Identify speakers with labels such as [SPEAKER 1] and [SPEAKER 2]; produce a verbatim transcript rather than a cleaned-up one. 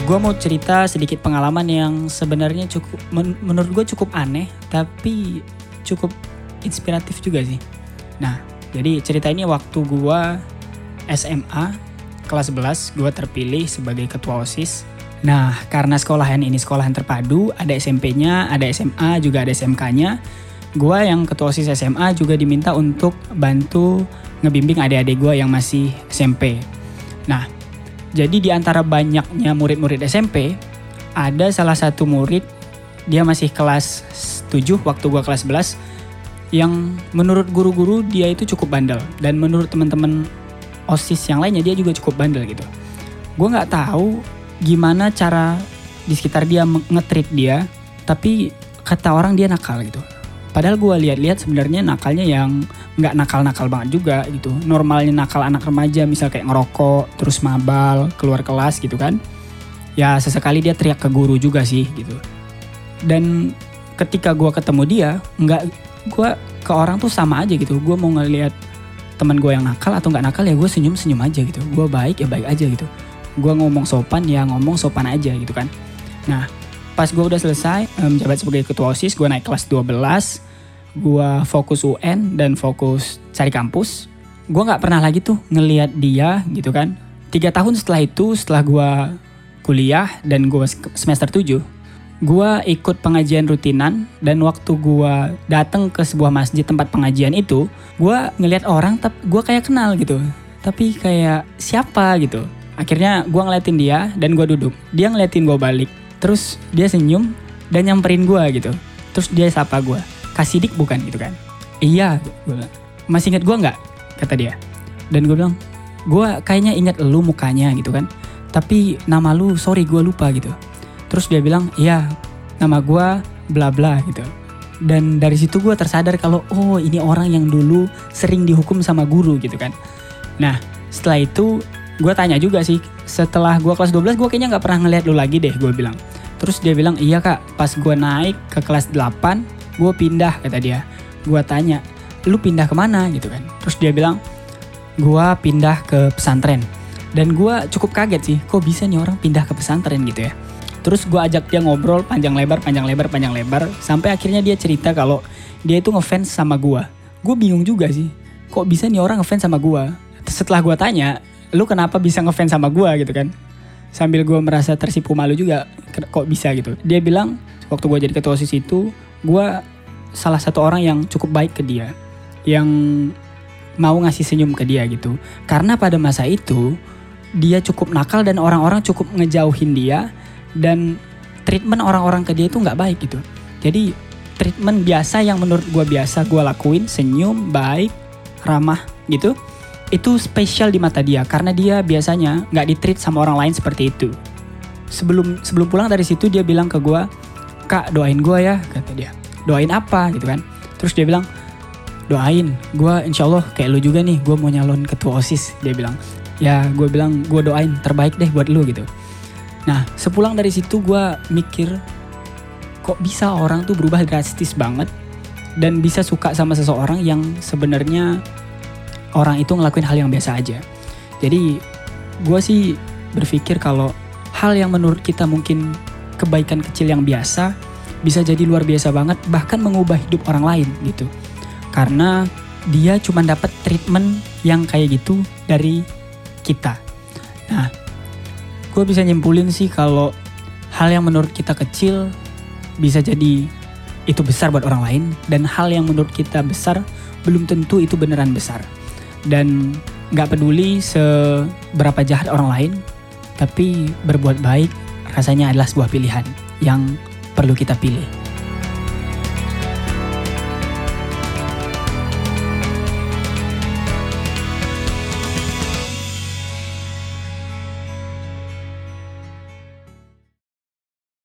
[SPEAKER 1] gue mau cerita sedikit pengalaman yang sebenarnya cukup men- menurut gue cukup aneh, tapi cukup inspiratif juga sih. Nah, jadi cerita ini waktu gue S M A kelas sebelas, gue terpilih sebagai ketua OSIS. Nah, karena sekolahan ini sekolahan terpadu, ada S M P-nya, ada S M A, juga ada S M K-nya. Gue yang ketua OSIS S M A juga diminta untuk bantu ngebimbing adik-adik gue yang masih S M P. Nah, jadi di antara banyaknya murid-murid S M P, ada salah satu murid, dia masih kelas tujuh waktu gue kelas sebelas, yang menurut guru-guru dia itu cukup bandel. Dan menurut teman-teman OSIS yang lainnya dia juga cukup bandel gitu. Gue gak tahu gimana cara di sekitar dia nge-treat dia, tapi kata orang dia nakal gitu. Padahal gue lihat-lihat sebenarnya nakalnya yang nggak nakal-nakal banget juga gitu. Normalnya nakal anak remaja, misal kayak ngerokok, terus mabal, keluar kelas gitu kan. Ya sesekali dia teriak ke guru juga sih gitu. Dan ketika gue ketemu dia, nggak, gue ke orang tuh sama aja gitu. Gue mau ngelihat teman gue yang nakal atau nggak nakal ya gue senyum-senyum aja gitu. Gue baik ya baik aja gitu. Gue ngomong sopan ya ngomong sopan aja gitu kan. Nah pas gue udah selesai menjabat sebagai ketua OSIS, gue naik kelas dua belas, gue fokus U N dan fokus cari kampus. Gue gak pernah lagi tuh ngelihat dia gitu kan. Tiga tahun setelah itu, setelah gue kuliah dan gue semester tujuh, gue ikut pengajian rutinan. Dan waktu gue datang ke sebuah masjid tempat pengajian itu, gue ngelihat orang tapi gue kayak kenal gitu, tapi kayak siapa gitu. Akhirnya gue ngeliatin dia dan gue duduk. Dia ngeliatin gue balik. Terus dia senyum dan nyamperin gue gitu. Terus dia sapa gue, Kasidik bukan gitu kan? Iya, gue bilang. Masih inget gue gak? Kata dia. Dan gue bilang, gue kayaknya inget lu mukanya gitu kan. Tapi nama lu sorry gue lupa gitu. Terus dia bilang, iya nama gue bla bla gitu. Dan dari situ gue tersadar kalau oh ini orang yang dulu sering dihukum sama guru gitu kan. Nah setelah itu gue tanya juga sih, setelah gue kelas dua belas gue kayaknya gak pernah ngeliat lu lagi deh, gue bilang. Terus dia bilang, iya kak, pas gue naik ke kelas delapan, gue pindah, kata dia. Gue tanya, lu pindah kemana gitu kan. Terus dia bilang, gue pindah ke pesantren. Dan gue cukup kaget sih, kok bisa nih orang pindah ke pesantren gitu ya. Terus gue ajak dia ngobrol panjang lebar, panjang lebar, panjang lebar. Sampai akhirnya dia cerita kalau dia itu ngefans sama gue. Gue bingung juga sih, kok bisa nih orang ngefans sama gue. Setelah gue tanya, lu kenapa bisa ngefans sama gue gitu kan. Sambil gue merasa tersipu malu juga, kok bisa gitu. Dia bilang, waktu gue jadi ketua OSIS itu, gue salah satu orang yang cukup baik ke dia. Yang mau ngasih senyum ke dia gitu. Karena pada masa itu, dia cukup nakal dan orang-orang cukup ngejauhin dia. Dan treatment orang-orang ke dia itu gak baik gitu. Jadi treatment biasa yang menurut gue biasa gue lakuin, senyum, baik, ramah gitu, itu spesial di mata dia karena dia biasanya nggak ditreat sama orang lain seperti itu. Sebelum sebelum pulang dari situ dia bilang ke gue, kak doain gue ya, kata dia. Doain apa gitu kan? Terus dia bilang, doain, gue insya Allah kayak lu juga nih, gue mau nyalon ketua OSIS. Dia bilang, ya gue bilang gue doain terbaik deh buat lu gitu. Nah sepulang dari situ gue mikir, kok bisa orang tuh berubah drastis banget dan bisa suka sama seseorang yang sebenarnya orang itu ngelakuin hal yang biasa aja. Jadi gue sih berpikir kalau hal yang menurut kita mungkin kebaikan kecil yang biasa bisa jadi luar biasa banget, bahkan mengubah hidup orang lain gitu. Karena dia cuma dapat treatment yang kayak gitu dari kita. Nah, gue bisa nyimpulin sih kalau hal yang menurut kita kecil bisa jadi itu besar buat orang lain, dan hal yang menurut kita besar belum tentu itu beneran besar. Dan gak peduli seberapa jahat orang lain, tapi berbuat baik rasanya adalah sebuah pilihan yang perlu kita pilih.